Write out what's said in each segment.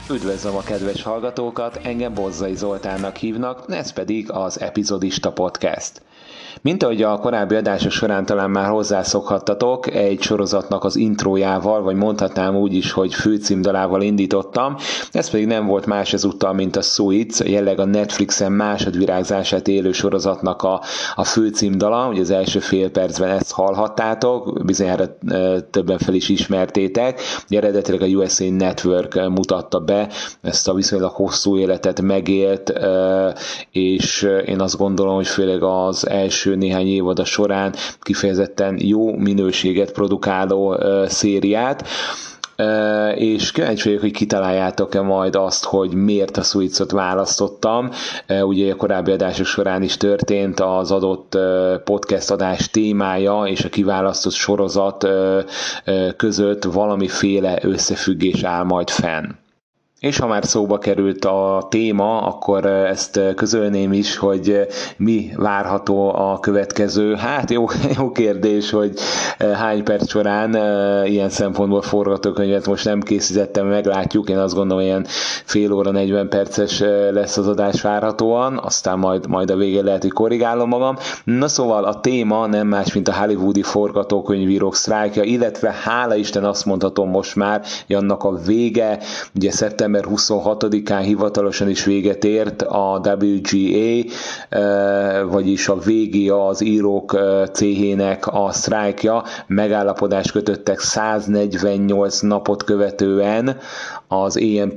Üdvözlöm a kedves hallgatókat, engem Bozzai Zoltánnak hívnak, ez pedig az Epizodista Podcast. Mint ahogy a korábbi adások során talán már hozzászokhattatok, egy sorozatnak az intrójával, vagy mondhatnám úgy is, hogy főcímdalával indítottam, ez pedig nem volt más ezúttal, mint a Suits, jelleg a Netflixen másodvirágzását élő sorozatnak a főcímdala, ugye az első fél percben ezt hallhattátok, bizonyára többen fel is ismertétek, ugye eredetileg a USA Network mutatta be, ezt a viszonylag hosszú életet megélt, és én azt gondolom, hogy főleg az első néhány évada során kifejezetten jó minőséget produkáló szériát, és kíváncsi vagyok, hogy kitaláljátok-e majd azt, hogy miért a Suitsot választottam. Ugye a korábbi adások során is történt az adott podcast adás témája és a kiválasztott sorozat között valamiféle összefüggés áll majd fenn. És ha már szóba került a téma, akkor ezt közölném is, hogy mi várható a következő. Hát jó kérdés, hogy hány perc során, ilyen szempontból forgatókönyvet most nem készítettem, meglátjuk. Én azt gondolom, ilyen fél óra, 40 perces lesz az adás várhatóan, aztán majd a végén lehet, hogy korrigálom magam. Na szóval a téma nem más, mint a hollywoodi forgatókönyvírók sztrájkja, illetve hála Isten azt mondhatom most már, hogy annak a vége, ugye szeptember 26-án hivatalosan is véget ért a WGA, vagyis a VGA, az írók céhének a sztrájkja. Megállapodást kötöttek 148 napot követően az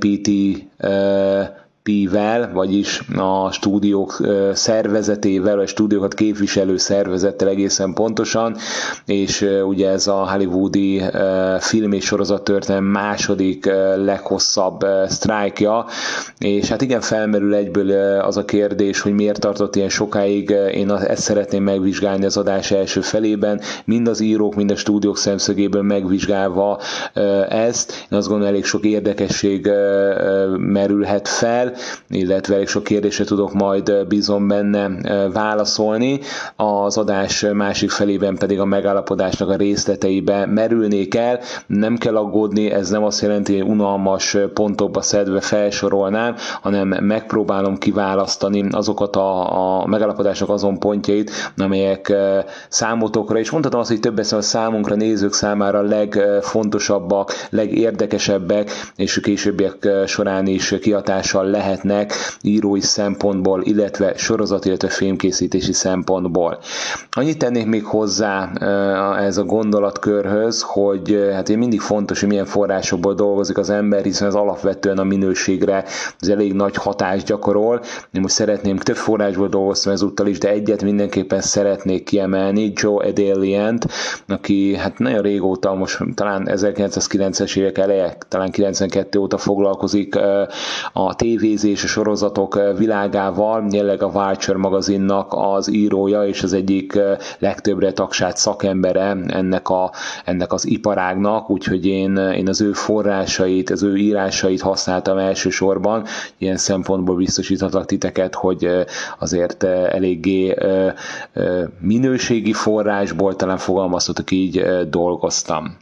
AMPT-vel, vagyis a stúdiók szervezetével, a stúdiókat képviselő szervezettel egészen pontosan, és ugye ez a hollywoodi film és sorozat történelem második leghosszabb sztrájkja, és hát igen, felmerül egyből az a kérdés, hogy miért tartott ilyen sokáig. Én ezt szeretném megvizsgálni az adás első felében, mind az írók, mind a stúdiók szemszögéből megvizsgálva ezt. Én azt gondolom, elég sok érdekesség merülhet fel, illetve elég sok kérdésre tudok majd, bízom benne, válaszolni. Az adás másik felében pedig a megállapodásnak a részleteibe merülnék el. Nem kell aggódni, ez nem azt jelenti, hogy unalmas pontokba szedve felsorolnám, hanem megpróbálom kiválasztani azokat a megállapodások azon pontjait, amelyek számotokra, és mondhatom azt, hogy többes a számunkra, nézők számára a legfontosabbak, legérdekesebbek, és a későbbiek során is kihatással lehetnek írói szempontból, illetve sorozat, illetve filmkészítési szempontból. Annyit tennék még hozzá ez a gondolatkörhöz, hogy hát én mindig fontos, hogy milyen forrásokból dolgozik az ember, hiszen ez alapvetően a minőségre az elég nagy hatást gyakorol. Én most szeretném, több forrásból dolgoztam ezúttal is, de egyet mindenképpen szeretnék kiemelni, Joe Adaliant, aki hát nagyon régóta, most talán 1990-es évek eleje, talán 92 óta foglalkozik a tévézés, a sorozatok világával, jelenleg a Vulture magazinnak az írója, és az egyik legtöbbre tagsált szakembere ennek az iparágnak, úgyhogy én az ő forrásait, az ő írásait használtam elsősorban. Ilyen szempontból biztosíthatlak titeket, hogy azért eléggé minőségi forrásból, talán fogalmazhatok így, dolgoztam.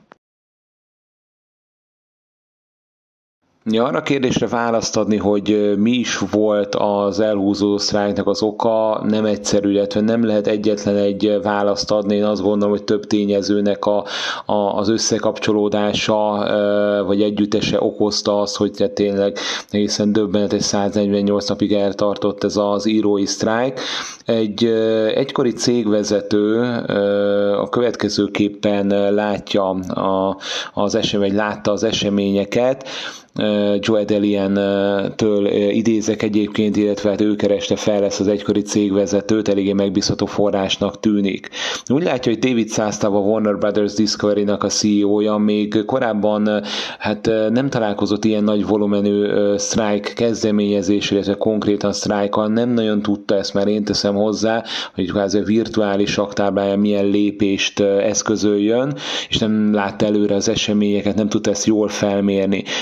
Ja, arra kérdésre választ adni, hogy mi is volt az elhúzódó sztrájknak az oka, nem egyszerű, illetve nem lehet egyetlen egy választ adni. Én azt gondolom, hogy több tényezőnek az összekapcsolódása vagy együttese okozta azt, hogy tényleg egészen döbbenetes 148 napig eltartott ez az írói sztrájk. Egy egykori cégvezető a következőképpen látta az eseményeket. Joe Adalian-től idézek egyébként, illetve hát ő kereste fel ezt az egykori cégvezetőt, eléggé megbízható forrásnak tűnik. Úgy látja, hogy David Zaslav, a Warner Brothers Discovery-nak a CEO-ja még korábban hát nem találkozott ilyen nagy volumenű sztrájk kezdeményezés, illetve konkrétan sztrájkkal, nem nagyon tudta, ezt már én teszem hozzá, hogy kvázi a virtuális saktáblája milyen lépést eszközöljön, és nem látta előre az eseményeket, nem tudta ezt jól felmérni. Bob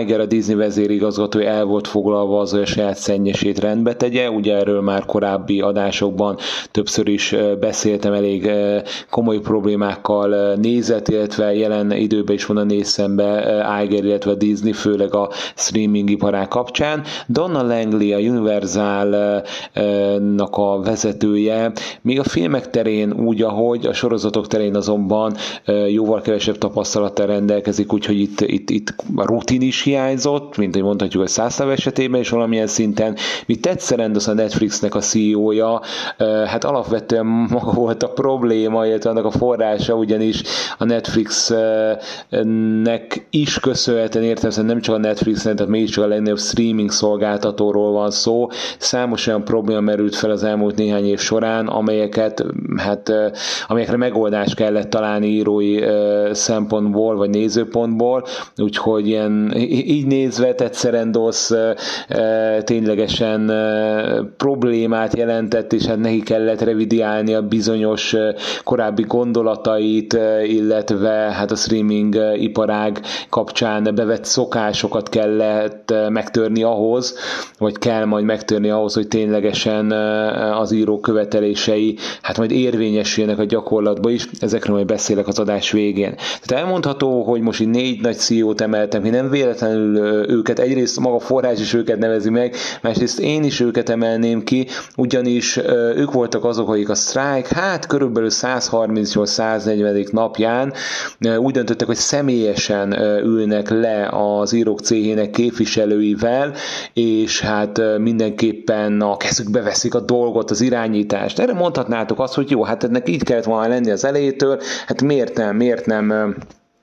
Iger, a Disney vezérigazgatója el volt foglalva az, hogy a saját szennyesét rendbe tegye, ugye erről már korábbi adásokban többször is beszéltem, elég komoly problémákkal nézett, illetve jelen időben is volna néz szembe Iger, illetve a Disney, főleg a streaming iparág kapcsán. Donna Langley, a Universal-nak a vezetője, még a filmek terén úgy, ahogy a sorozatok terén azonban jóval kevesebb tapasztalattal rendelkezik, úgyhogy itt a rutin is hiányzott, mint hogy mondhatjuk a Szászlav esetében is valamilyen szinten. Mi Ted Sarandos, a Netflixnek a CEO-ja, hát alapvetően maga volt a probléma, illetve annak a forrása, ugyanis a Netflixnek is köszönhetően értelemszerűen nem csak a Netflixnek, tehát mégiscsak a legnagyobb streaming szolgáltatóról van szó. Számos olyan probléma merült fel az elmúlt néhány év során, amelyekre megoldást kellett találni írói szempontból, vagy nézőpontból, úgyhogy így nézve Ted Sarandos ténylegesen problémát jelentett, és hát neki kellett revidiálni a bizonyos korábbi gondolatait, illetve hát a streaming iparág kapcsán bevett szokásokat kellett megtörni ahhoz, vagy kell majd megtörni ahhoz, hogy ténylegesen az író követelései hát majd érvényesüljenek a gyakorlatban is. Ezekről majd beszélek az adás végén. Tehát elmondható, hogy most így 4 nagy CEO-t emeltem, hogy nem véletlenül őket, egyrészt maga forrás is őket nevezi meg, másrészt én is őket emelném ki, ugyanis ők voltak azok, akik a sztrájk, hát körülbelül 138-140. napján úgy döntöttek, hogy személyesen ülnek le az írók céhének képviselőivel, és hát mindenképpen a kezükbe veszik a dolgot, az irányítást. Erre mondhatnátok azt, hogy jó, hát ennek így kellett volna lenni az elejétől, hát miért nem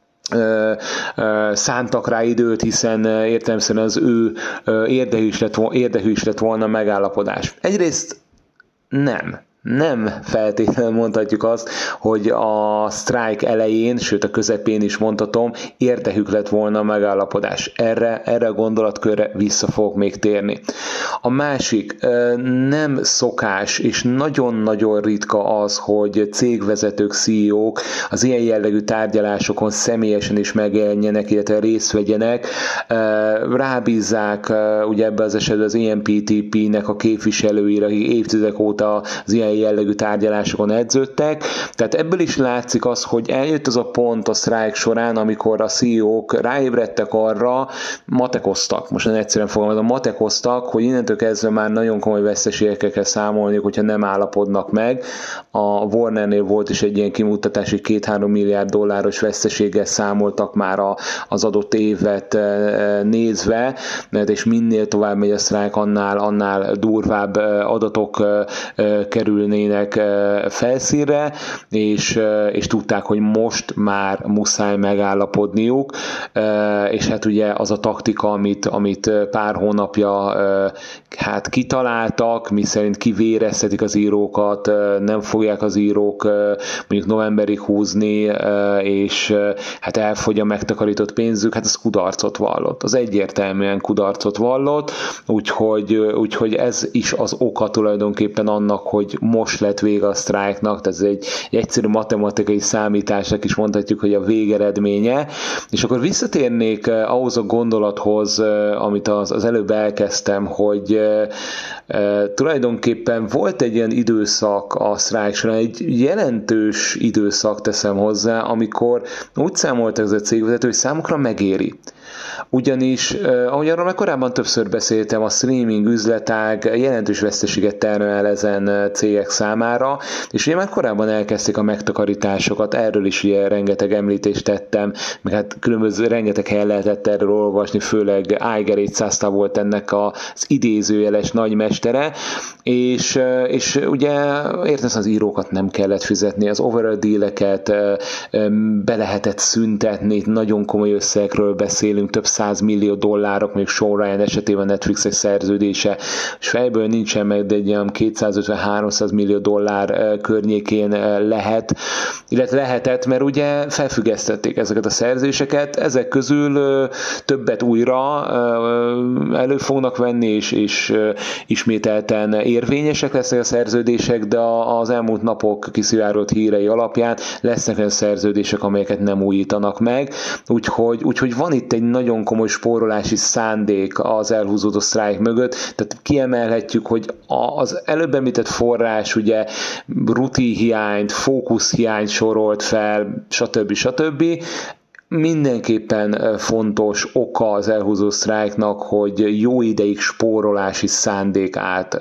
szántak rá időt, hiszen értelemszerűen az ő érdekű is lett volna megállapodás. Egyrészt nem feltétlenül mondhatjuk azt, hogy a sztrájk elején, sőt a közepén is mondhatom, érdekük lett volna a megállapodás. Erre a gondolatkörre vissza fogok még térni. A másik, nem szokás és nagyon-nagyon ritka az, hogy cégvezetők, CEO-k az ilyen jellegű tárgyalásokon személyesen is megjelenjenek, illetve részt vegyenek, rábízzák ugye ebbe az esetben az EMPTP-nek a képviselőire, akik évtizedek óta az ilyen jellegű tárgyalásokon edződtek. Tehát ebből is látszik az, hogy eljött az a pont a sztrájk során, amikor a CEO-k ráébredtek arra, matekoztak, most egyszerűen fogalmazom, matekoztak, hogy innentől kezdve már nagyon komoly veszteségekkel kell számolniuk, hogyha nem állapodnak meg. A Warnernél volt is egy ilyen kimutatás, hogy 2-3 milliárd dolláros veszteséggel számoltak már az adott évet nézve, és minél tovább megy a sztrájk, annál durvább adatok kerülnének felszínre, és tudták, hogy most már muszáj megállapodniuk, és hát ugye az a taktika, amit pár hónapja hát kitaláltak, miszerint kivéreztetik az írókat, nem fogják az írók mondjuk novemberig húzni, és hát elfogy a megtakarított pénzük, hát ez kudarcot vallott. Az egyértelműen kudarcot vallott, úgyhogy ez is az oka tulajdonképpen annak, hogy most lett vége a sztrájknak, tehát ez egy egyszerű matematikai számításnak is mondhatjuk, hogy a végeredménye. És akkor visszatérnék ahhoz a gondolathoz, amit az előbb elkezdtem, hogy tulajdonképpen volt egy ilyen időszak a sztrájk során, egy jelentős időszak teszem hozzá, amikor úgy számoltak ez a cégvezető, hogy számukra megéri. Ugyanis, ahogy arról már korábban többször beszéltem, a streaming üzletág jelentős veszteséget termel el ezen cégek számára, és ugye már korábban elkezdték a megtakarításokat, erről is ugye rengeteg említést tettem, meg hát különböző rengeteg helyen lehetett erről olvasni, főleg Iger 200 volt ennek az idézőjeles nagymestere, és ugye érted, az írókat nem kellett fizetni, az overall dealeket be lehetett szüntetni, nagyon komoly összegekről beszélünk, több 100 millió dollárok, még Sean Ryan esetében Netflixes szerződése, és fejből nincsen meg, de egy ilyen 250-300 millió dollár környékén lehetett, mert ugye felfüggesztették ezeket a szerződéseket, ezek közül többet újra elő fognak venni, és ismételten érvényesek lesznek a szerződések, de az elmúlt napok kiszivárgott hírei alapján lesznek olyan szerződések, amelyeket nem újítanak meg, úgyhogy van itt egy nagyon komoly spórolási szándék az elhúzódó sztrájk mögött, tehát kiemelhetjük, hogy az előbb említett forrás ugye rutinhiányt, fókuszhiányt sorolt fel, stb. Mindenképpen fontos oka az elhúzó sztrájknak, hogy jó ideig spórolási szándék állt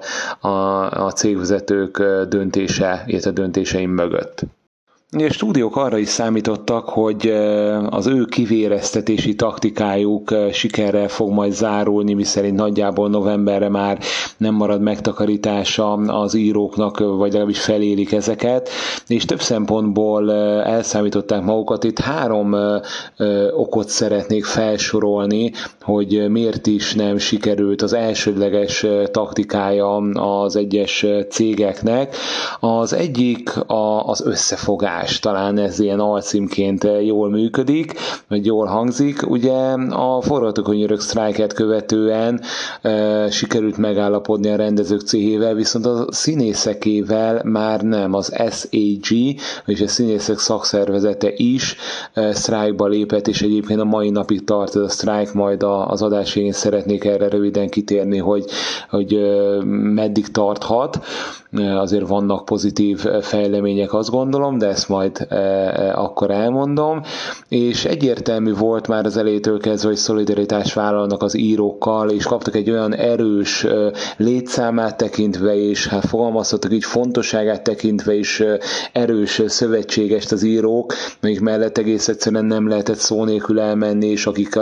a cégvezetők döntése, illetve döntéseim mögött. A stúdiók arra is számítottak, hogy az ő kivéreztetési taktikájuk sikerrel fog majd zárulni, miszerint nagyjából novemberre már nem marad megtakarítása az íróknak, vagy legalábbis felélik ezeket, és több szempontból elszámították magukat. Itt 3 okot szeretnék felsorolni, hogy miért is nem sikerült az elsődleges taktikája az egyes cégeknek. Az egyik az összefogás. Talán ez ilyen alcímként jól működik, vagy jól hangzik. Ugye a forgatókönyvírők sztrájkát követően sikerült megállapodni a rendezők céhével, viszont a színészekével már nem. Az SAG, és a színészek szakszervezete is sztrájkba lépett, és egyébként a mai napig tart ez a sztrájk, majd az adás végén szeretnék erre röviden kitérni, hogy meddig tarthat. Azért vannak pozitív fejlemények, azt gondolom, de ezt majd akkor elmondom. És egyértelmű volt már az elejétől kezdve, hogy szolidaritást vállalnak az írókkal, és kaptak egy olyan erős létszámát tekintve, és hát fogalmazhatok így fontosságát tekintve is erős szövetségest az írók, akik mellett egész egyszerűen nem lehetett szó nélkül elmenni, és akik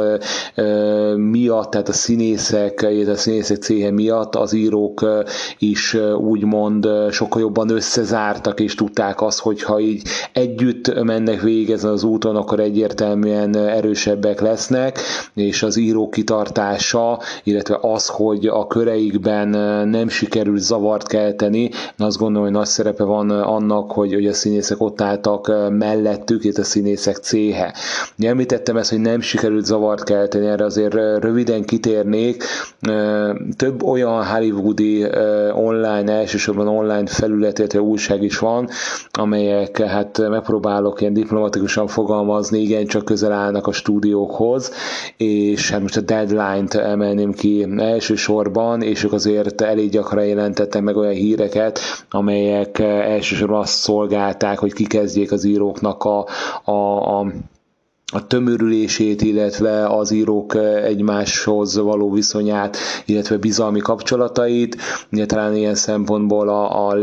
miatt, tehát a színészek céhe miatt az írók is úgymond sokkal jobban összezártak, és tudták azt, hogyha így együtt mennek végig ezen az úton, akkor egyértelműen erősebbek lesznek, és az írók kitartása, illetve az, hogy a köreikben nem sikerült zavart kelteni, azt gondolom, hogy nagy szerepe van annak, hogy a színészek ott álltak mellettük, itt a színészek céhe. Említettem ezt, hogy nem sikerült zavart kelteni, erre azért röviden kitérnék. Több olyan hollywoodi online, elsősorban online felület, illetve újság is van, amelyek, hát megpróbálok ilyen diplomatikusan fogalmazni, igencsak közel állnak a stúdiókhoz, és hát most a Deadline-t emelném ki elsősorban, és ők azért elég gyakran jelentettek meg olyan híreket, amelyek elsősorban azt szolgálták, hogy kikezdjék az íróknak a tömörülését, illetve az írók egymáshoz való viszonyát, illetve bizalmi kapcsolatait. Ugye talán ilyen szempontból a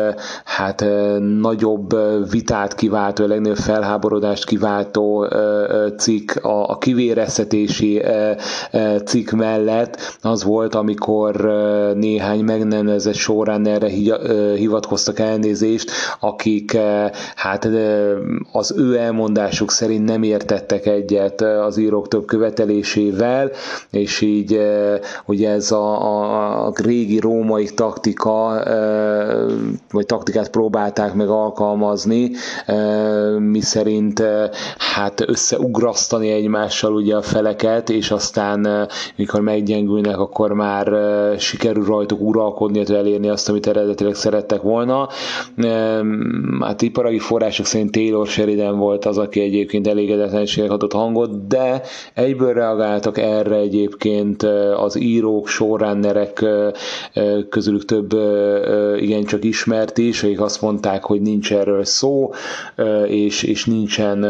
legnagyobb vitát kiváltó, a legnagyobb felháborodást kiváltó cikk, a kivéreztetési cikk mellett az volt, amikor néhány megnevezett showrunnerre hivatkoztak, elnézést, akik hát az ő elmondásuk szerint nem értettek egyet az írók több követelésével, és így ugye ez a régi római taktika, vagy taktikát próbálták meg alkalmazni, miszerint hát összeugrasztani egymással ugye a feleket, és aztán mikor meggyengülnek, akkor már sikerül rajtuk uralkodni, illetve elérni azt, amit eredetileg szerettek volna. Hát iparagi források szerint Taylor Sheridan volt az, aki egyébként elégedetlenségnek adott hangot, de egyből reagáltak erre egyébként az írók, showrunnerek közülük több igencsak ismert is, akik azt mondták, hogy nincs erről szó, és nincsen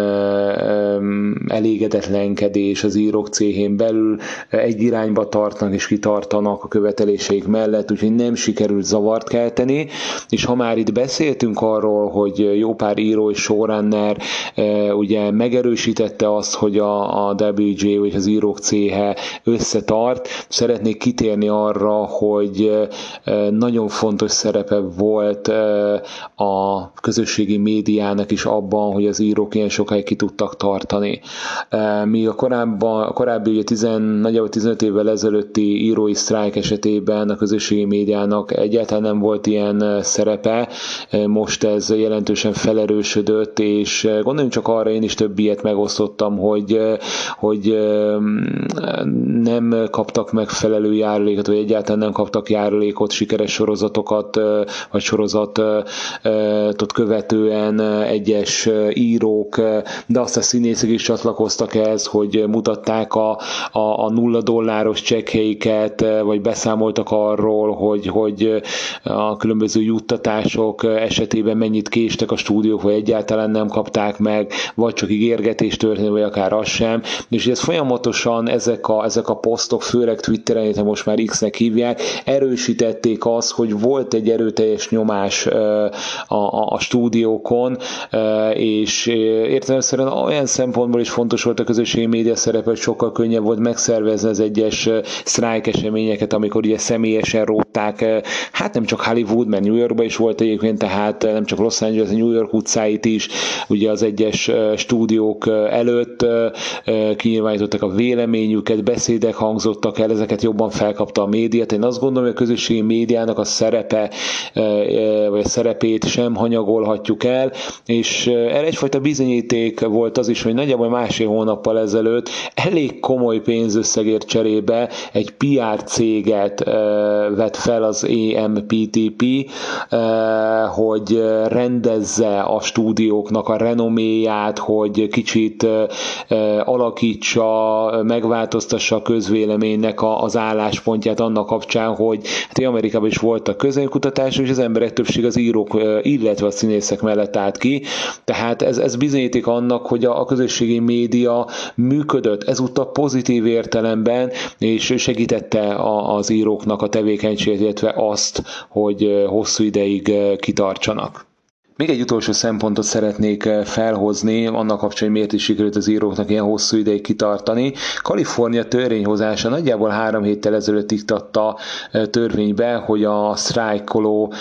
elégedetlenkedés az írók céhén belül, egy irányba tartanak és kitartanak a követeléseik mellett, úgyhogy nem sikerült zavart kelteni, és ha már itt beszéltünk arról, hogy jó pár író és showrunner ugye megerősítette azt, hogy a WJ, vagy az írók céhe összetart, szeretnék kitérni arra, hogy nagyon fontos szerepe volt a közösségi médiának is abban, hogy az írók ilyen sokáig ki tudtak tartani. Míg a korábbi ugye nagyjából 15 évvel ezelőtti írói sztrájk esetében a közösségi médiának egyáltalán nem volt ilyen szerepe, most ez jelentősen felerősödött, és gondoljunk csak arra, én is több ilyet megosztottam megosztottam, hogy nem kaptak megfelelő járulékot, vagy egyáltalán nem kaptak járulékot sikeres sorozatokat, vagy sorozatot követően egyes írók, de azt a színészek is csatlakoztak ehhez, hogy mutatták a $0 csekkhelyeket, vagy beszámoltak arról, hogy a különböző juttatások esetében mennyit késtek a stúdiók, vagy egyáltalán nem kapták meg, vagy csak ígérgetés történt, vagy akár az sem. És ez folyamatosan ezek a posztok, főleg Twitteren, illetve most már X-nek hívják, erősítették azt, hogy volt egy erőteljes nyomás a stúdiókon, és értelemszerűen olyan szempontból is fontos volt a közösségi média szerepe, hogy sokkal könnyebb volt megszervezni az egyes sztrájk eseményeket, amikor ugye személyesen rótták, hát nem csak Hollywood, mert New Yorkban is volt egyébként, tehát nem csak Los Angeles, New York utcáit is, ugye az egyes stúdiók előtt kinyilvánítottak a véleményüket, beszédek hangzottak el, ezeket jobban felkapta a médiát. Én azt gondolom, hogy a közösségi médiának a szerepe, vagy a szerepét sem hanyagolhatjuk el, és erre egyfajta bizonyíték volt az is, hogy nagyjából másfél hónappal ezelőtt elég komoly pénzösszegért cserébe egy PR céget vett fel az AMPTP, hogy rendezze a stúdióknak a renoméját, hogy kicsit alakítsa, megváltoztassa a közvéleménynek az álláspontját annak kapcsán, hogy hát Amerikában is voltak közönkutatások, és az emberek többség az írók, illetve a színészek mellett állt ki. Tehát ez bizonyíték annak, hogy a közösségi média működött ezúttal pozitív értelemben, és segítette az íróknak a tevékenységet, illetve azt, hogy hosszú ideig kitartsanak. Még egy utolsó szempontot szeretnék felhozni, annak kapcsán, hogy miért is sikerült az íróknak ilyen hosszú ideig kitartani. Kalifornia törvényhozása nagyjából 3 héttel ezelőtt iktatta törvénybe, hogy a sztrájkoló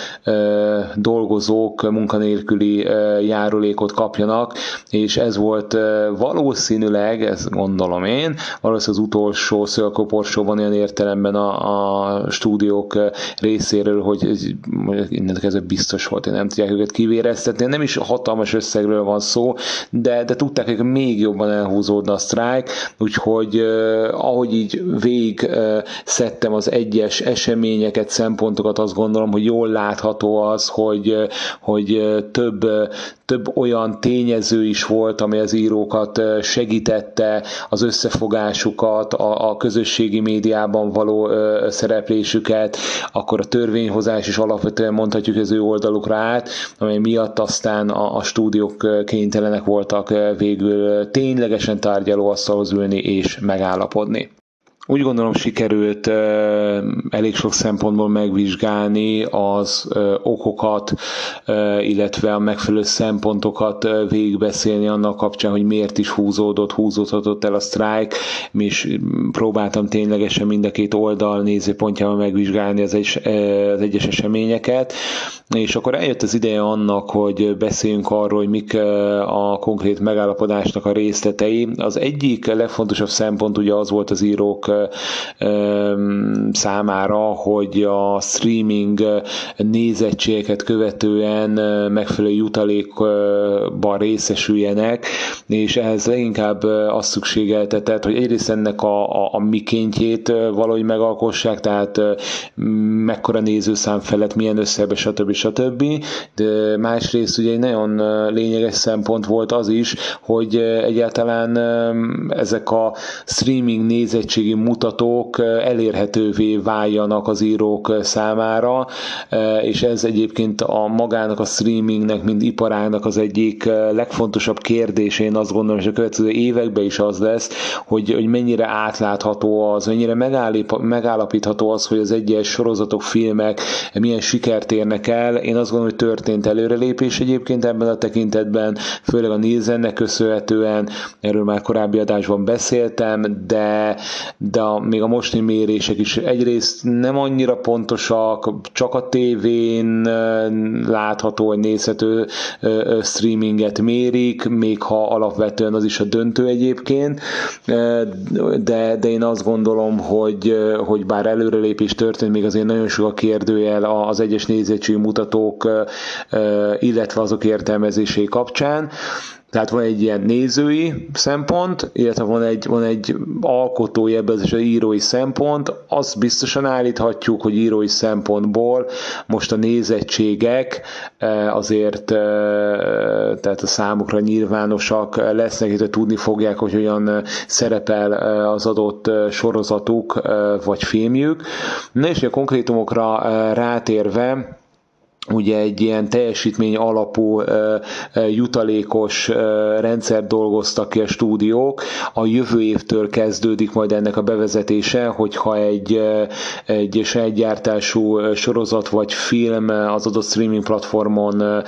dolgozók munkanélküli járulékot kapjanak, és ez volt valószínűleg, ezt gondolom én, valószínűleg az utolsó szélkoporsóban olyan értelemben a stúdiók részéről, hogy innen kezdve biztos volt, hogy nem tudják őket kivéreztetni. Nem is hatalmas összegről van szó, de tudták, hogy még jobban elhúzódna a sztrájk, úgyhogy ahogy így végig szedtem az egyes eseményeket, szempontokat, azt gondolom, hogy jól látható az, hogy több olyan tényező is volt, ami az írókat segítette, az összefogásukat, a közösségi médiában való szereplésüket, akkor a törvényhozás is alapvetően mondhatjuk az ő oldalukra át, amely miatt aztán a stúdiók kénytelenek voltak végül ténylegesen tárgyalóasztalhoz ülni és megállapodni. Úgy gondolom, sikerült elég sok szempontból megvizsgálni az okokat, illetve a megfelelő szempontokat végigbeszélni annak kapcsán, hogy miért is húzódhatott el a sztrájk, és próbáltam ténylegesen mind a két oldal nézőpontjában megvizsgálni az egyes eseményeket, és akkor eljött az ideje annak, hogy beszéljünk arról, hogy mik a konkrét megállapodásnak a részletei. Az egyik legfontosabb szempont ugye az volt az írók számára, hogy a streaming nézettségeket követően megfelelő jutalékban részesüljenek, és ehhez leginkább azt szükségeltetett, hogy egyrészt ennek a mikéntjét valahogy megalkossák, tehát mekkora nézőszám felett, milyen összegbe, stb. De másrészt ugye egy nagyon lényeges szempont volt az is, hogy egyáltalán ezek a streaming nézettségi mutatók elérhetővé váljanak az írók számára, és ez egyébként magának a streamingnek, mint iparágnak az egyik legfontosabb kérdés, én azt gondolom, és a következő években is az lesz, hogy mennyire átlátható az, mennyire megállapítható az, hogy az egyes sorozatok, filmek milyen sikert érnek el. Én azt gondolom, hogy történt előrelépés egyébként ebben a tekintetben, főleg a Nielsennek köszönhetően, erről már korábbi adásban beszéltem, de még a mostani mérések is egyrészt nem annyira pontosak, csak a tévén látható, hogy nézhető streaminget mérik, még ha alapvetően az is a döntő egyébként, de én azt gondolom, hogy bár előrelépés történt, még azért nagyon sok a kérdőjel az egyes nézettségi mutatók, illetve azok értelmezései kapcsán. Tehát van egy ilyen nézői szempont, illetve van egy alkotói, ebben az írói szempont. Azt biztosan állíthatjuk, hogy írói szempontból most a nézettségek azért tehát a számukra nyilvánosak lesznek, illetve tudni fogják, hogy hogyan szerepel az adott sorozatuk vagy filmjük. Na és a konkrétumokra rátérve, ugye egy ilyen teljesítmény alapú jutalékos rendszer dolgoztak ki a stúdiók. A jövő évtől kezdődik majd ennek a bevezetése, hogyha egy saját gyártású sorozat vagy film az adott streaming platformon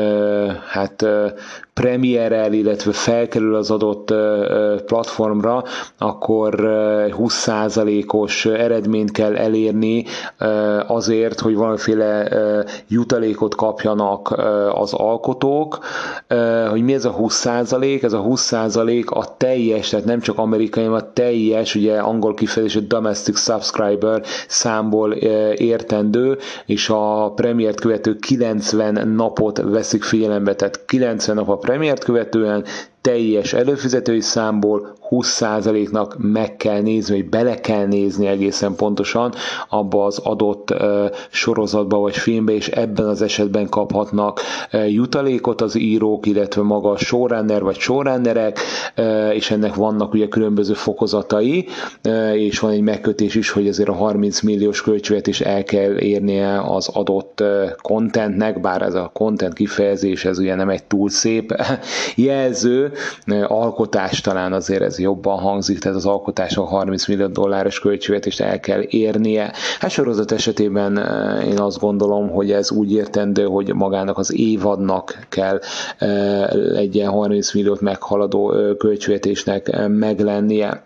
premierel, illetve felkerül az adott platformra, akkor 20%-os eredményt kell elérni azért, hogy valamiféle jutalékot kapjanak az alkotók. Hogy mi ez a 20%? Ez a 20% a teljes, tehát nem csak amerikai, hanem a teljes, ugye angol kifejezés, a domestic subscriber számból értendő, és a premiért követő 90 napot veszik figyelembe, tehát 90 nap a premiért követően teljes előfizetői számból 20%-nak meg kell nézni, vagy bele kell nézni egészen pontosan abba az adott sorozatba vagy filmbe, és ebben az esetben kaphatnak jutalékot az írók, illetve maga a showrunner vagy showrunnerek, és ennek vannak ugye különböző fokozatai, és van egy megkötés is, hogy azért a 30 milliós költségvetés el kell érnie az adott contentnek, bár ez a content kifejezés, ez ugye nem egy túl szép jelző, alkotás talán azért ez jobban hangzik, tehát az alkotások 30 millió dolláros költségvetést el kell érnie. Hát sorozat esetében én azt gondolom, hogy ez úgy értendő, hogy magának az évadnak kell egy ilyen 30 milliót meghaladó költségvetésnek meglennie.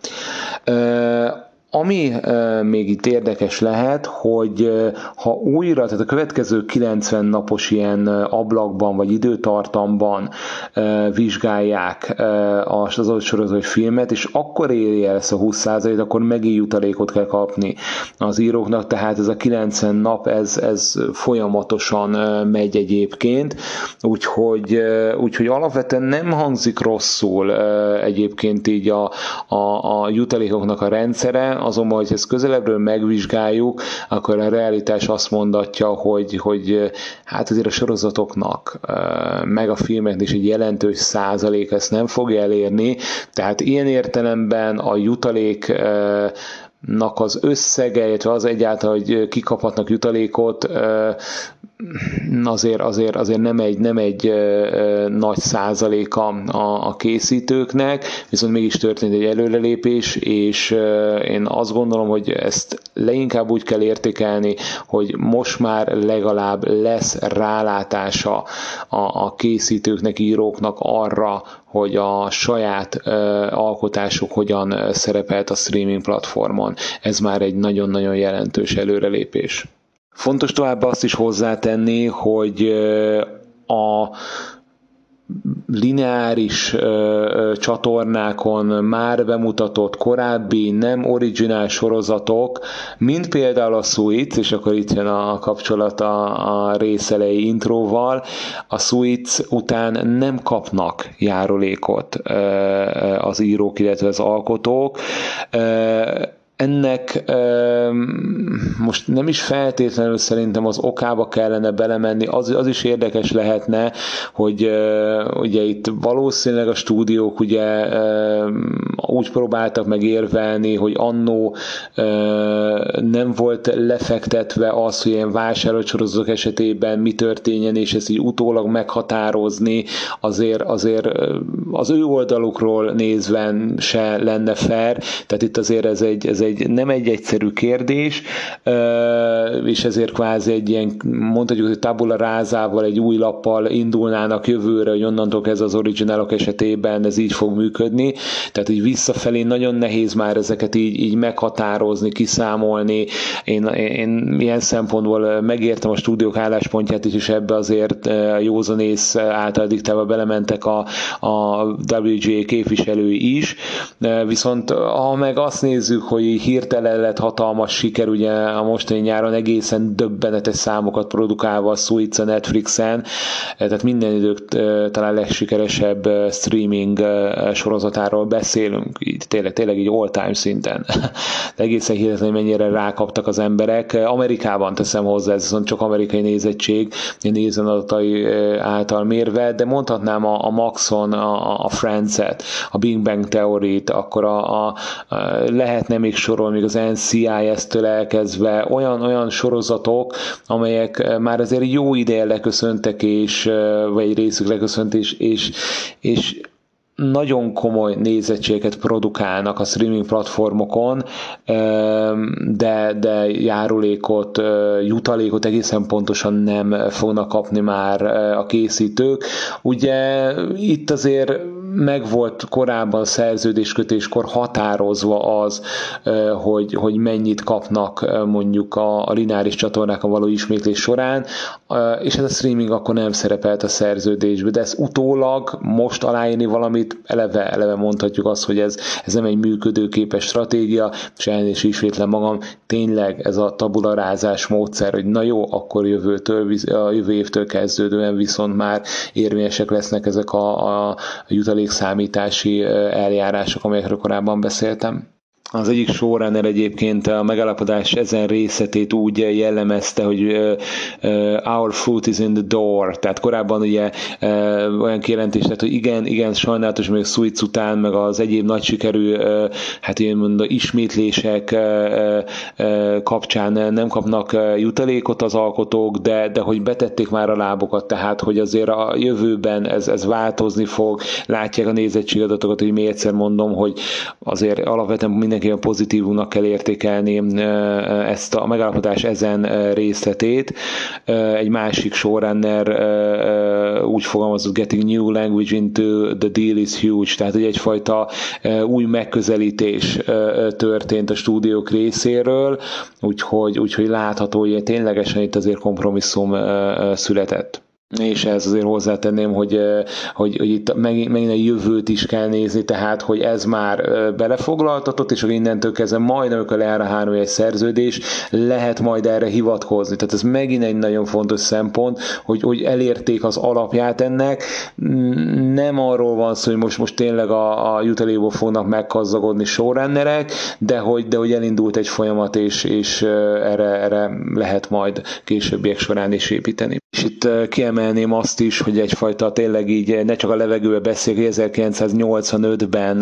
Ami még itt érdekes lehet, hogy ha újra, tehát a következő 90 napos ilyen ablakban vagy időtartamban vizsgálják az adott sorozat filmet, és akkor érje el ezt a 20%-t, akkor megint jutalékot kell kapni az íróknak, tehát ez a 90 nap, ez folyamatosan megy egyébként, úgyhogy alapvetően nem hangzik rosszul egyébként így a jutalékoknak a rendszere, azonban, hogy ezt közelebbről megvizsgáljuk, akkor a realitás azt mondatja, hogy hát azért a sorozatoknak, meg a filmeknek is egy jelentős százalék ezt nem fogja elérni, tehát ilyen értelemben a jutaléknak az összege, illetve az egyáltalán, hogy kikaphatnak jutalékot, azért nem egy nagy százaléka a készítőknek, viszont mégis történt egy előrelépés, és én azt gondolom, hogy ezt leginkább úgy kell értékelni, hogy most már legalább lesz rálátása a készítőknek, íróknak arra, hogy a saját alkotásuk hogyan szerepelt a streaming platformon. Ez már egy nagyon-nagyon jelentős előrelépés. Fontos tovább azt is hozzátenni, hogy a lineáris csatornákon már bemutatott korábbi nem originál sorozatok, mint például a Suits, és akkor itt jön a kapcsolat a részelei intróval, a Suits után nem kapnak járulékot az írók, illetve az alkotók. Ennek most nem is feltétlenül szerintem az okába kellene belemenni, az is érdekes lehetne, hogy ugye itt valószínűleg a stúdiók ugye úgy próbáltak meg érvelni, hogy annó nem volt lefektetve az, hogy ilyen vásárolt sorozatok esetében mi történjen, és ezt így utólag meghatározni, azért az ő oldalukról nézve se lenne fair, tehát itt azért ez egy nem egy egyszerű kérdés, és ezért kvázi egy ilyen, mondhatjuk, hogy tabula rázával, egy új lappal indulnának jövőre, hogy onnantól kezdve az originálok esetében ez így fog működni. Tehát így visszafelé nagyon nehéz már ezeket így meghatározni, kiszámolni. Én ilyen szempontból megértem a stúdiók álláspontját is, és ebbe azért józanész által diktálva belementek a WGA képviselői is, viszont ha meg azt nézzük, hogy hirtelen lett hatalmas siker, ugye a mostani nyáron egészen döbbenetes számokat produkálva a Suits a Netflixen, tehát minden idők talán legsikeresebb streaming sorozatáról beszélünk, így tényleg így all-time szinten. De egészen hihetetlen, hogy mennyire rákaptak az emberek. Amerikában teszem hozzá, ez viszont csak amerikai nézettség, nézőadatai által mérve, de mondhatnám a Maxon, a Friends-et, a Big Bang Theory-t, akkor lehetne még sorolni még az NCIS-től elkezdve olyan sorozatok, amelyek már azért jó ideje leköszöntek, vagy egy részük leköszönt, és nagyon komoly nézettséget produkálnak a streaming platformokon, de járulékot, jutalékot egészen pontosan nem fognak kapni már a készítők. Ugye itt azért megvolt korábban szerződéskötéskor határozva az, hogy mennyit kapnak mondjuk a lineáris csatornákon való ismétlés során, és ez a streaming akkor nem szerepelt a szerződésbe, de ez utólag most aláírni valamit, eleve mondhatjuk azt, hogy ez nem egy működőképes stratégia, és elnézést ismétlem magam, tényleg ez a tabularázás módszer, hogy na jó, akkor jövő évtől kezdődően viszont már érvényesek lesznek ezek a jutalékszámítási eljárások, amelyekről korábban beszéltem. Az egyik showrunner egyébként a megállapodás ezen részletét úgy jellemezte, hogy our foot is in the door, tehát korábban ugye olyan kijelentés lett, hogy igen, sajnálatos, még a Suits után, meg az egyéb nagy sikerű, hát én mondom, ismétlések kapcsán nem kapnak jutalékot az alkotók, de hogy betették már a lábokat, tehát hogy azért a jövőben ez változni fog, látják a nézettségadatokat, hogy még egyszer mondom, hogy azért alapvetően mindenki pozitívumnak kell értékelni ezt a megállapodás ezen részletét. Egy másik showrunner úgy fogalmazott, getting new language into the deal is huge, tehát hogy egyfajta új megközelítés történt a stúdiók részéről, úgyhogy látható, hogy ténylegesen itt azért kompromisszum született. És ehhez azért hozzátenném, hogy itt megint a jövőt is kell nézni, tehát, hogy ez már belefoglaltatott, és innentől kezdve majd, amikor lejár a 3 éves szerződés, lehet majd erre hivatkozni. Tehát ez megint egy nagyon fontos szempont, hogy elérték az alapját ennek. Nem arról van szó, hogy most tényleg a jutalékból fognak meggazdagodni showrunnerek, de hogy elindult egy folyamat, és erre lehet majd későbbiek során is építeni. És itt kiemelném azt is, hogy egyfajta tényleg így ne csak a levegőbe beszél, 1985-ben,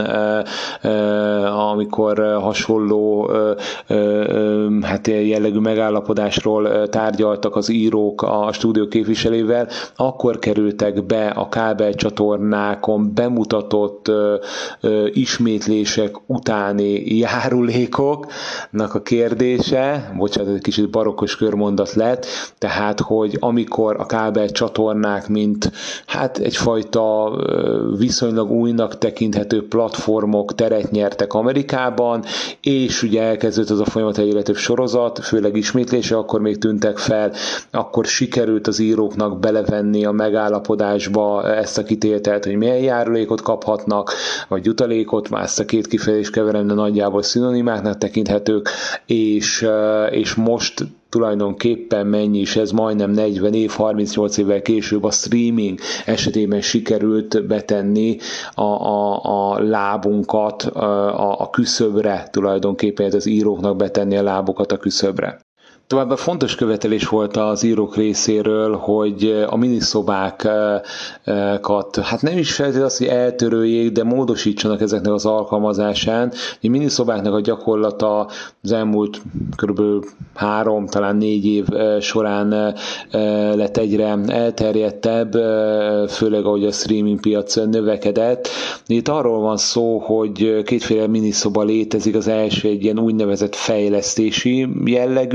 amikor hasonló hát jellegű megállapodásról tárgyaltak az írók a stúdió képviselővel, akkor kerültek be a kábelcsatornákon bemutatott ismétlések utáni járulékoknak a kérdése, bocsánat, egy kicsit barokkos körmondat lett, tehát, hogy amikor a kábelcsatornák, mint hát egyfajta viszonylag újnak tekinthető platformok teret nyertek Amerikában, és ugye elkezdődött az a folyamat, egyre több sorozat, főleg ismétlése, akkor még tűntek fel, akkor sikerült az íróknak belevenni a megállapodásba ezt a kitételt, hogy milyen járulékot kaphatnak, vagy jutalékot, már ezt a két kifejezést keverem, de nagyjából szinonimáknak tekinthetők, és most tulajdonképpen mennyi is, ez majdnem 40 év, 38 évvel később a streaming esetében sikerült betenni a lábunkat a küszöbre, tulajdonképpen az íróknak betenni a lábukat a küszöbre. Továbbá fontos követelés volt az írók részéről, hogy a miniszobákat, hát nem is feltétlenül azt, hogy eltöröljék, de módosítsanak ezeknek az alkalmazásán. A miniszobáknak a gyakorlata az elmúlt kb. 3, talán 4 év során lett egyre elterjedtebb, főleg ahogy a streaming piac növekedett. Itt arról van szó, hogy kétféle miniszoba létezik, az első egy ilyen úgynevezett fejlesztési jellegű,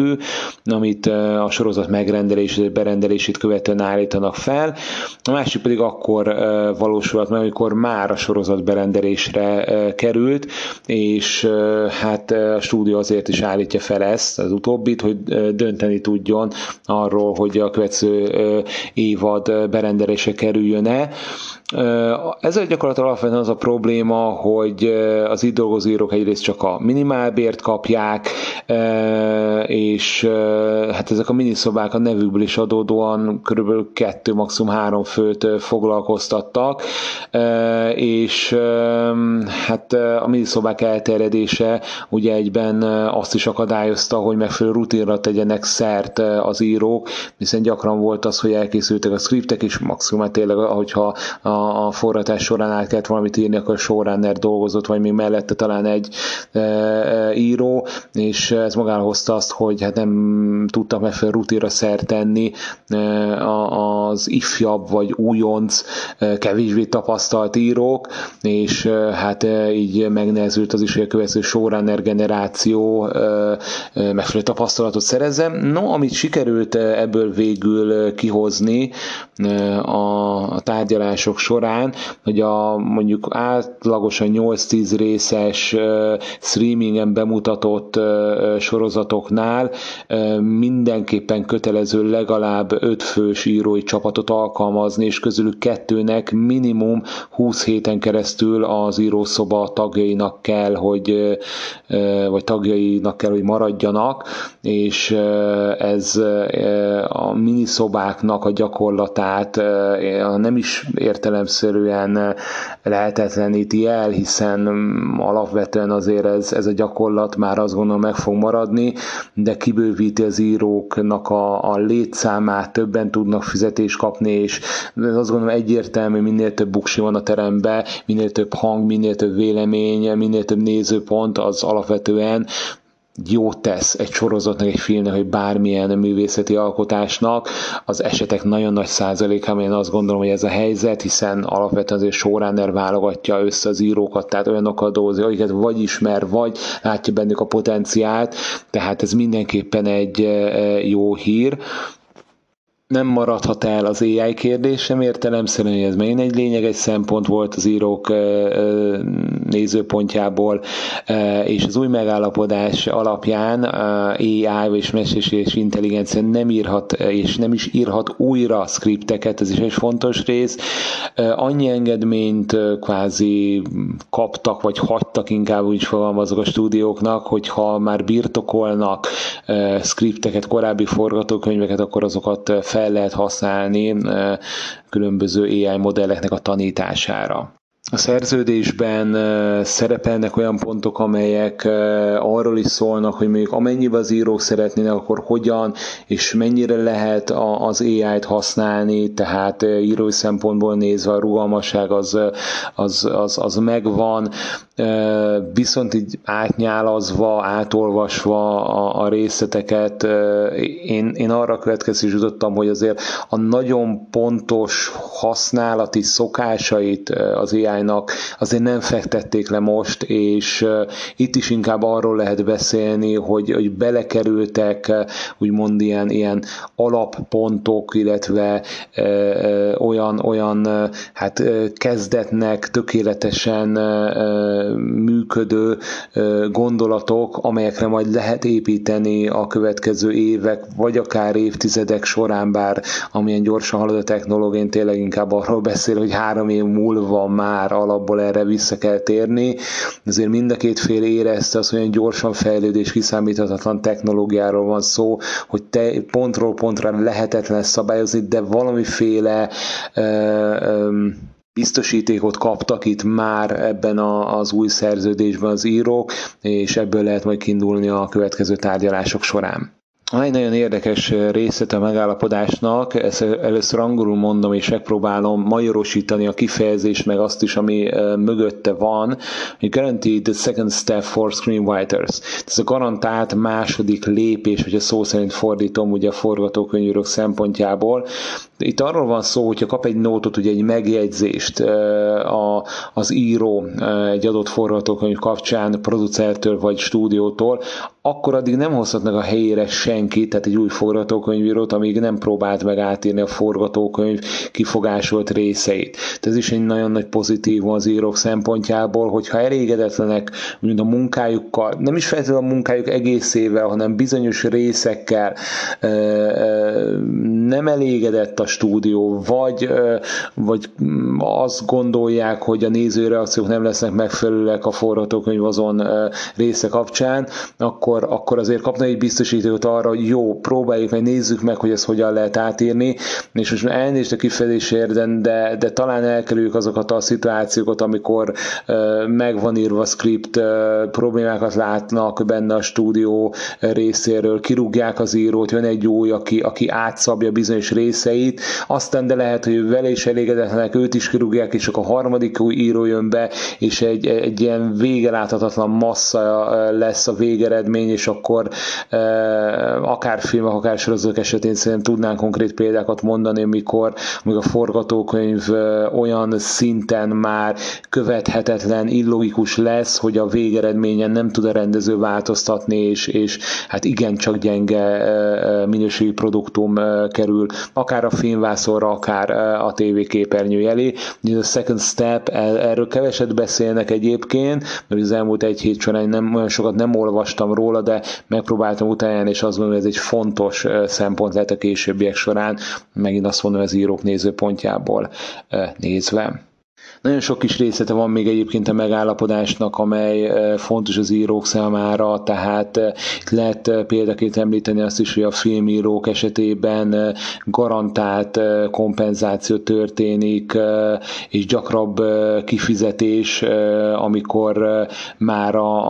amit a sorozat megrendelését, berendelését követően állítanak fel. A másik pedig akkor valósulhat meg, amikor már a sorozat berendelésre került, és hát a stúdió azért is állítja fel ezt, az utóbbit, hogy dönteni tudjon arról, hogy a következő évad berendelésre kerüljön-e. Ezzel gyakorlatilag alapvetően az a probléma, hogy az itt dolgozó írók egyrészt csak a minimálbért kapják, és hát ezek a miniszobák a nevükből is adódóan körülbelül 2, maximum 3 főt foglalkoztattak, és hát a miniszobák elterjedése ugye egyben azt is akadályozta, hogy megfelelő rutinra tegyenek szert az írók, hiszen gyakran volt az, hogy elkészültek a scriptek, és maximum tényleg, ahogyha a forgatás során át kellett valamit írni, akkor a showrunner dolgozott, vagy még mellette talán egy író, és ez magára hozta azt, hogy hát nem tudtak megfelelő rutinra szert tenni az ifjabb vagy újonc, kevésbé tapasztalt írók, és hát így megnehezült az is, hogy a következő showrunner generáció megfelelő tapasztalatot szerezzen. No, amit sikerült ebből végül kihozni a tárgyalások során, hogy a mondjuk átlagosan 8-10 részes streamingen bemutatott sorozatoknál mindenképpen kötelező legalább 5 fős írói csapatot alkalmazni, és közülük 2-nek minimum 20 héten keresztül az írószoba tagjainak kell, hogy maradjanak, és ez a miniszobáknak a gyakorlatát nem is értelemszerűen lehetetleníti el, hiszen alapvetően azért ez a gyakorlat már azt gondolom meg fog maradni, de kibővíti az íróknak a létszámát, többen tudnak fizetést kapni, és azt gondolom egyértelmű, minél több buksi van a teremben, minél több hang, minél több vélemény, minél több nézőpont, az alapvetően jót tesz egy sorozatnak, egy filmnek, vagy bármilyen művészeti alkotásnak. Az esetek nagyon nagy százalékában én azt gondolom, hogy ez a helyzet, hiszen alapvetően azért showrunner válogatja össze az írókat, tehát olyanokkal dolgozik, akiket vagy ismer, vagy látja bennük a potenciált, tehát ez mindenképpen egy jó hír. Nem maradhat el az AI kérdés sem értelemszerűen, hogy ez megint egy lényeges szempont volt az írók nézőpontjából, és az új megállapodás alapján AI és mesterséges intelligencia nem írhat, és nem is írhat újra skripteket, ez is egy fontos rész. Annyi engedményt kvázi kaptak, vagy hagytak, inkább úgy fogalmazok a stúdióknak, hogyha már birtokolnak skripteket, korábbi forgatókönyveket, akkor azokat fel lehet használni különböző AI modelleknek a tanítására. A szerződésben szerepelnek olyan pontok, amelyek arról is szólnak, hogy mondjuk amennyiben az írók szeretnének, akkor hogyan és mennyire lehet az AI-t használni, tehát írói szempontból nézve a rugalmasság az megvan, viszont így átnyálazva, átolvasva a részleteket, én arra a következésre jutottam, hogy azért a nagyon pontos használati szokásait az AI-nak azért nem fektették le most, és itt is inkább arról lehet beszélni, hogy belekerültek úgymond ilyen alappontok, illetve olyan hát kezdetnek tökéletesen működő gondolatok, amelyekre majd lehet építeni a következő évek, vagy akár évtizedek során, bár amilyen gyorsan halad a technológia, én tényleg inkább arról beszél, hogy 3 év múlva már alapból erre vissza kell térni. Azért mind a két fél érezte azt, hogy olyan gyorsan fejlődő és kiszámíthatatlan technológiáról van szó, hogy pontról pontra lehetetlen szabályozni, de valamiféle biztosítékot kaptak itt már ebben az új szerződésben az írók, és ebből lehet majd kiindulni a következő tárgyalások során. Egy nagyon érdekes részlet a megállapodásnak, ezt először angolul mondom, és megpróbálom magyarosítani a kifejezést, meg azt is, ami mögötte van, hogy guaranteed the second step for screenwriters. Ez a garantált második lépés, hogyha szó szerint fordítom ugye a forgatókönyvírók szempontjából. Itt arról van szó, hogyha kap egy nótot, ugye egy megjegyzést az író egy adott forgatókönyv kapcsán, producertől vagy stúdiótól, akkor addig nem hozhatnak a helyére senkit, tehát egy új forgatókönyvírót, amíg nem próbált meg átírni a forgatókönyv kifogásolt részeit. Tehát ez is egy nagyon nagy pozitívum az írók szempontjából, hogyha elégedetlenek a munkájukkal, nem is feltétlenül a munkájuk egészével, hanem bizonyos részekkel nem elégedett a stúdió, vagy azt gondolják, hogy a nézői reakciók nem lesznek megfelelőek a forgatókönyv azon része kapcsán, akkor azért kapnak egy biztosítékot arra, hogy jó, próbáljuk meg, nézzük meg, hogy ezt hogyan lehet átírni, és most elnézést a kifejezésért, de talán elkerüljük azokat a szituációkat, amikor meg van írva a script, problémákat látnak benne a stúdió részéről, kirúgják az írót, jön egy új, aki átszabja bizonyos részeit, aztán de lehet, hogy vele is elégedetlenek, őt is kirúgják, és akkor a harmadik új író jön be, és egy ilyen végeláthatatlan massza lesz a végeredmény, és akkor akár filmek, akár sorozatok esetén szerintem tudnánk konkrét példákat mondani, amikor a forgatókönyv olyan szinten már követhetetlen, illogikus lesz, hogy a végeredményen nem tud a rendező változtatni, és hát igencsak gyenge minőségi produktum kerül, akár a filmvászonra, akár a tévéképernyő elé. A Second Step, erről keveset beszélnek egyébként, mert az elmúlt egy hét során olyan sokat nem olvastam róla, de megpróbáltam utána, és azt gondolom, hogy ez egy fontos szempont lehet a későbbiek során, megint azt mondom, az írók nézőpontjából nézve. Nagyon sok kis részlete van még egyébként a megállapodásnak, amely fontos az írók számára, tehát lehet példaként említeni azt is, hogy a filmírók esetében garantált kompenzáció történik, és gyakrabb kifizetés, amikor már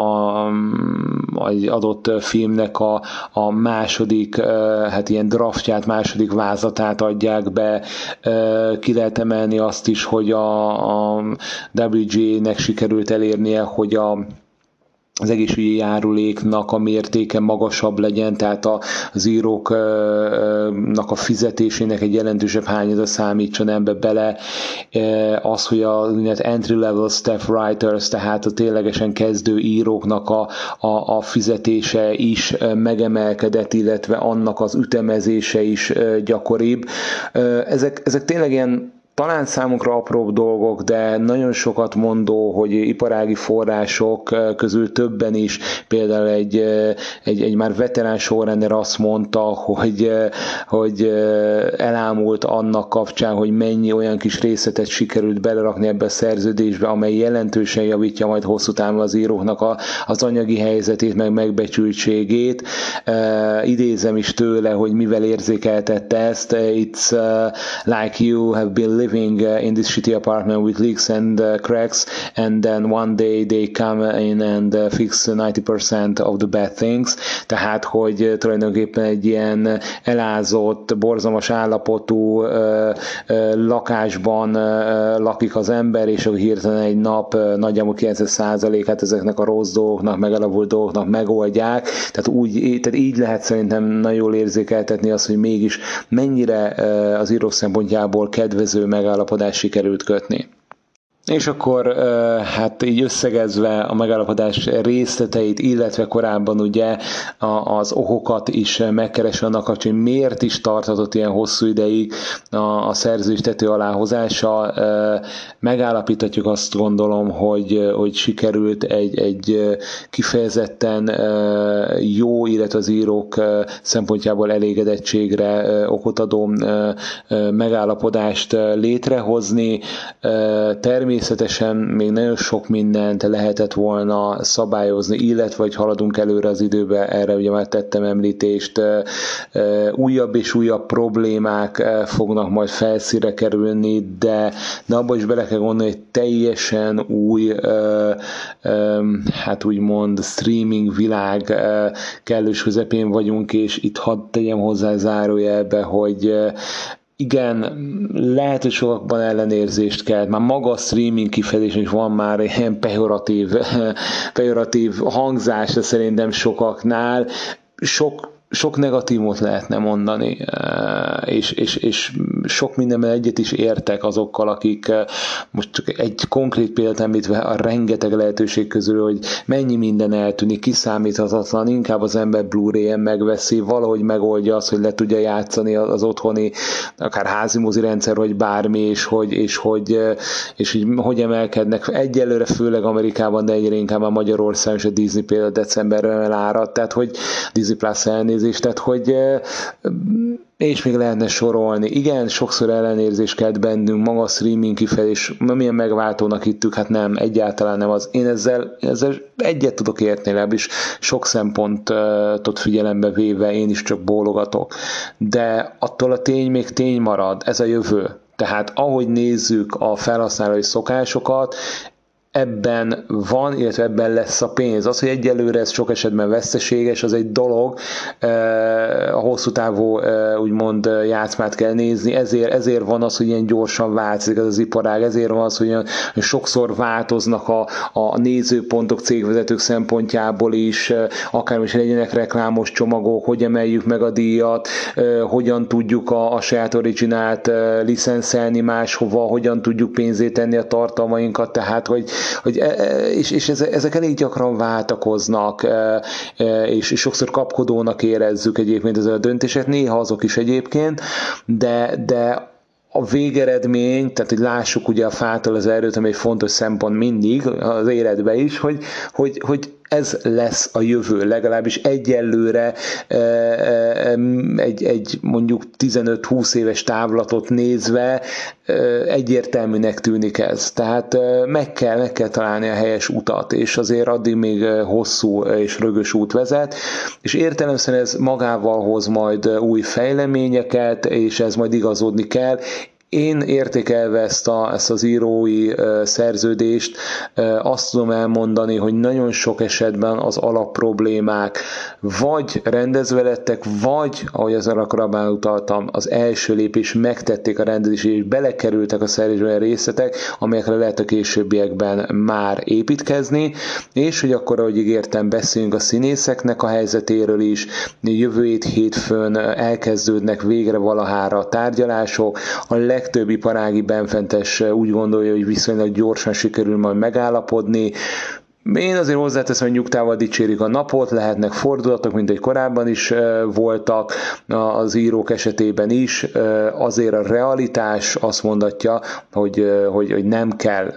egy adott filmnek a második, hát ilyen draftját, második vázlatát adják be. Ki lehet emelni azt is, hogy a WGA-nek sikerült elérnie, hogy az egészségügyi járuléknak a mértéke magasabb legyen, tehát az íróknak a fizetésének egy jelentősebb hányada számítson ebbe bele. Az, hogy a entry-level staff writers, tehát a ténylegesen kezdő íróknak a fizetése is megemelkedett, illetve annak az ütemezése is gyakoribb. Ezek tényleg ilyen talán számunkra apróbb dolgok, de nagyon sokat mondó, hogy iparági források közül többen is, például egy már veterán showrunner azt mondta, hogy elámult annak kapcsán, hogy mennyi olyan kis részletet sikerült belerakni ebbe a szerződésbe, amely jelentősen javítja majd hosszú távon az íróknak az anyagi helyzetét, meg megbecsültségét. Idézem is tőle, hogy mivel érzékeltette ezt, it's like you have been living in this shitty apartment with leaks and cracks, and then one day they come in and fix 90% of the bad things. Tehát, hogy tulajdonképpen egy ilyen elázott, borzalmas állapotú lakásban lakik az ember, és akkor hirtelen egy nap nagyjából 90%-át ezeknek a rossz dolgoknak, megelavult dolgoknak megoldják. Tehát így lehet szerintem nagyon jól érzékeltetni azt, hogy mégis mennyire az írók szempontjából kedvező megállapodást sikerült kötni. És akkor hát így összegezve a megállapodás részleteit, illetve korábban ugye az okokat is megkeresve annak, hogy miért is tarthatott ilyen hosszú ideig a szerződés tető alá hozása, megállapíthatjuk azt gondolom, hogy sikerült egy kifejezetten jó, illetve az írók szempontjából elégedettségre okot adó megállapodást létrehozni. Természetesen még nagyon sok mindent lehetett volna szabályozni, illetve hogy haladunk előre az időbe, erre ugye már tettem említést, újabb és újabb problémák fognak majd felszínre kerülni, de abba is bele kell gondolni, hogy teljesen új, hát úgymond streaming világ kellős közepén vagyunk, és itt hadd tegyem hozzá zárójelbe, hogy igen, lehet, hogy sokakban ellenérzést kelt. Már maga a streaming kifejezés is van már ilyen pejoratív hangzása szerintem sokaknál. Sok negatívot lehetne mondani, és sok mindenben egyet is értek azokkal, akik most csak egy konkrét példát említve a rengeteg lehetőség közül, hogy mennyi minden eltűnik, kiszámíthatatlan, inkább az ember Blu-ray-en megveszi, valahogy megoldja azt, hogy le tudja játszani az otthoni, akár házi mozi rendszer, vagy bármi, és hogy emelkednek egyelőre, főleg Amerikában, de egyre inkább a Magyarországon, és a Disney például decemberben árad, tehát hogy Disney Plus elnézést, tehát hogy és még lehetne sorolni. Igen, sokszor ellenérzés kelt bennünk, maga a streaming kifejezés, milyen megváltónak hittük, hát nem, egyáltalán nem az. Én ezzel egyet tudok érteni, legalábbis sok szempontot figyelembe véve én is csak bólogatok. De attól a tény még tény marad, ez a jövő. Tehát ahogy nézzük a felhasználói szokásokat, ebben van, illetve ebben lesz a pénz. Az, hogy egyelőre ez sok esetben veszteséges, az egy dolog, a hosszú távú úgymond játszmát kell nézni, ezért van az, hogy ilyen gyorsan változik az iparág, ezért van az, hogy sokszor változnak a nézőpontok cégvezetők szempontjából is, akármilyen is legyenek reklámos csomagok, hogy emeljük meg a díjat, hogyan tudjuk a saját originált licenszelni máshova, hogyan tudjuk pénzét tenni a tartalmainkat, tehát és ezek elég gyakran váltakoznak, és sokszor kapkodónak érezzük egyébként ezzel a döntések, néha azok is egyébként, de a végeredmény, tehát hogy lássuk ugye a fától az erdőt, ami egy fontos szempont mindig az életben is, hogy ez lesz a jövő, legalábbis egyelőre egy mondjuk 15-20 éves távlatot nézve egyértelműnek tűnik ez. Tehát meg kell találni a helyes utat, és azért addig még hosszú és rögös út vezet, és értelemszerűen ez magával hoz majd új fejleményeket, és ez majd igazodni kell. Én értékelve ezt az írói szerződést azt tudom elmondani, hogy nagyon sok esetben az alapproblémák vagy rendezve lettek, vagy, ahogy az arra korábban utaltam, az első lépés megtették a rendezést, és belekerültek a szerződésbe olyan részletek, amelyekre lehet a későbbiekben már építkezni, és hogy akkor, ahogy ígértem, beszélünk a színészeknek a helyzetéről is, jövő hétfőn elkezdődnek végre valahára a tárgyalások, a legtöbb iparági benfentes úgy gondolja, hogy viszonylag gyorsan sikerül majd megállapodni. Én azért hozzáteszem, hogy nyugtával dicsérik a napot, lehetnek fordulatok, mint egy korábban is voltak az írók esetében is. Azért a realitás azt mondatja, hogy nem kell,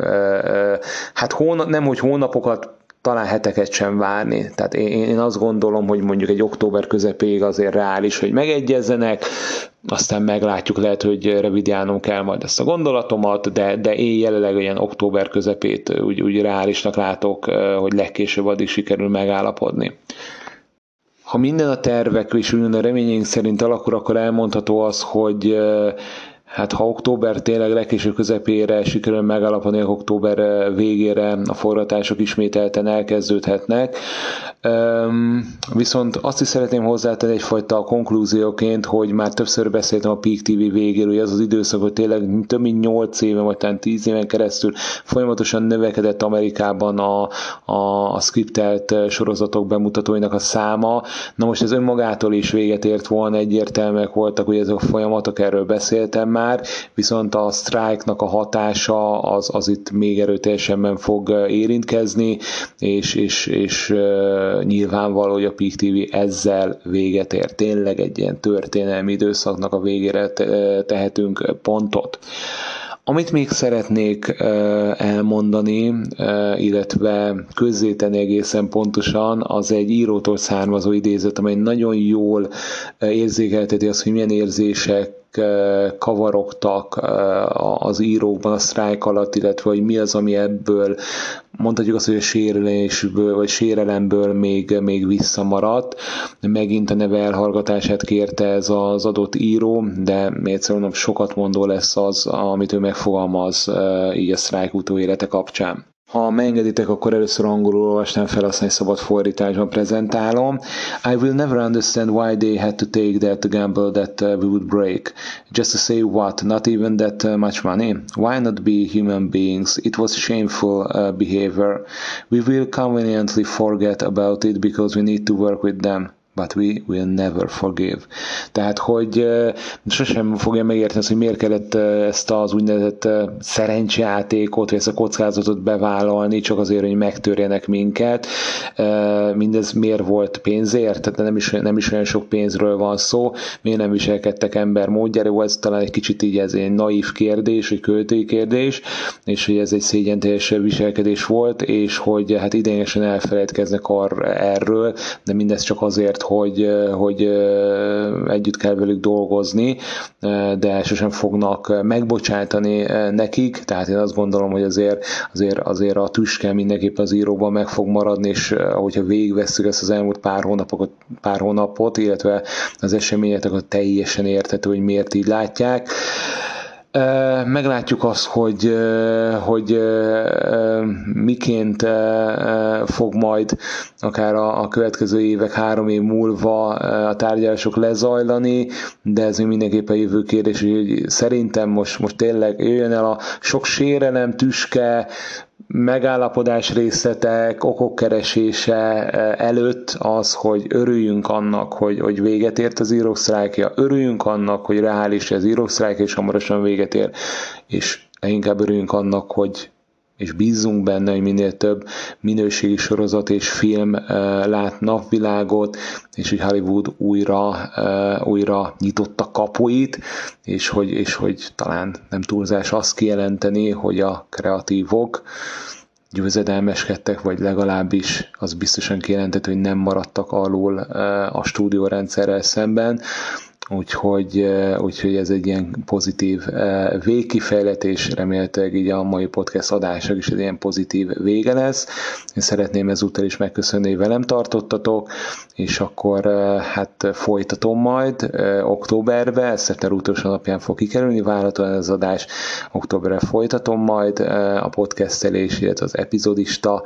nem hogy hónapokat, talán heteket sem várni. Tehát én azt gondolom, hogy mondjuk egy október közepéig azért reális, hogy megegyezzenek, aztán meglátjuk, lehet, hogy revidiálnom kell majd ezt a gondolatomat, de én jelenleg olyan október közepét úgy reálisnak látok, hogy legkésőbb addig sikerül megállapodni. Ha minden a tervek és minden a reményeink szerint alakul, akkor elmondható az, hogy ha október tényleg legkésőbb közepére sikerül megállapodni, október végére a forgatások ismételten elkezdődhetnek. Viszont azt is szeretném hozzátenni egyfajta konklúzióként, hogy már többször beszéltem a Peak TV végéről, hogy az időszak, hogy tényleg több mint 8 éven, vagy talán 10 éven keresztül folyamatosan növekedett Amerikában a skriptelt sorozatok bemutatóinak a száma. Na most ez önmagától is véget ért volna, egyértelműek voltak, hogy ezek a folyamatok, erről beszéltem már, viszont a sztrájknak a hatása az itt még erőteljesebben fog érintkezni, és nyilvánvaló, hogy a Peak TV ezzel véget ér. Tényleg egy ilyen történelmi időszaknak a végére tehetünk pontot. Amit még szeretnék elmondani, illetve közzétenni egészen pontosan, az egy írótól származó idézet, amely nagyon jól érzékelteti azt, hogy milyen érzések kavarogtak az írókban a sztrájk alatt, illetve hogy mi az, ami ebből, mondhatjuk azt, hogy a sérülésből vagy sérelemből még visszamaradt. Megint a neve elhallgatását kérte ez az adott író, de még egyszerűen sokat mondó lesz az, amit ő megfogalmaz így a sztrájk utóélete kapcsán. Ha megengeditek, akkor először angolul olvasnám fel, aztán egy szabad fordításban prezentálom. I will never understand why they had to take that gamble that we would break. Just to say what? Not even that much money? Why not be human beings? It was shameful behavior. We will conveniently forget about it because we need to work with them. but we will never forgive. Tehát, hogy sosem fogja megérteni azt, hogy miért kellett ezt az úgynevezett szerencsejátékot, vagy ezt a kockázatot bevállalni, csak azért, hogy megtörjenek minket. Mindez miért volt pénzért? Tehát nem is olyan sok pénzről van szó. Miért nem viselkedtek ember módjára? Ez talán egy kicsit így ez egy naív kérdés, egy költői kérdés, és hogy ez egy szégyenteljes viselkedés volt, és hogy hát ideiglenesen elfelejtkeznek erről, de mindez csak azért, hogy együtt kell velük dolgozni, de sosem fognak megbocsátani nekik, tehát én azt gondolom, hogy azért a tüske mindenképpen az íróban meg fog maradni, és ahogyha végigvesszük ezt az elmúlt pár hónapot, illetve az eseményeket, akkor teljesen érthető, hogy miért így látják. Meglátjuk azt, hogy miként fog majd akár a következő évek, 3 év múlva a tárgyalások lezajlani, de ez még mindenképpen jövő kérdés, hogy szerintem most tényleg jöjjön el a sok sérelem, tüske, megállapodás részletek, okok keresése előtt az, hogy örüljünk annak, hogy véget ért az írók sztrájkja, örüljünk annak, hogy reális az írók sztrájkja, és hamarosan véget ér, és inkább örüljünk annak, és bízzunk benne, hogy minél több minőségi sorozat és film lát napvilágot, és hogy Hollywood újra nyitotta kapuit, és hogy talán nem túlzás azt kijelenteni, hogy a kreatívok győzedelmeskedtek, vagy legalábbis az biztosan kijelentett, hogy nem maradtak alul a stúdiórendszerrel szemben, úgyhogy ez egy ilyen pozitív végkifejletés, remélhetőleg így a mai podcast adásnak is egy ilyen pozitív vége lesz. Én szeretném ezúttal is megköszönni, hogy velem tartottatok, és akkor hát folytatom majd októberbe, szeptember utolsó napján fog kikerülni, várhatóan ez az adás, októberre folytatom majd a podcastelés, illetve az epizódista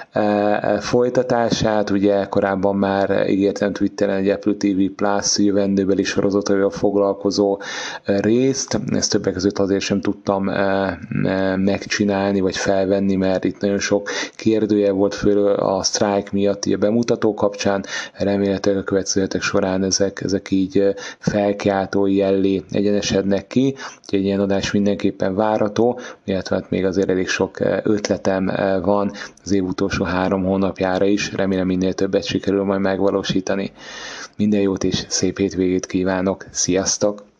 folytatását. Ugye korábban már ígértem Twitteren egy Apple TV Plus jövendőbeli sorozataival foglalkozó részt. Ezt többek között azért sem tudtam megcsinálni, vagy felvenni, mert itt nagyon sok kérdője volt föl a sztrájk miatt a bemutató kapcsán. Remélhetőleg a következő hetek során ezek így felkiáltó jellé egyenesednek ki. Úgyhogy egy ilyen adás mindenképpen várható, illetve hát még azért elég sok ötletem van az év utolsó 3 hónapjára is. Remélem minél többet sikerül majd megvalósítani. Minden jót és szép hétvégét kívánok. Sziasztok!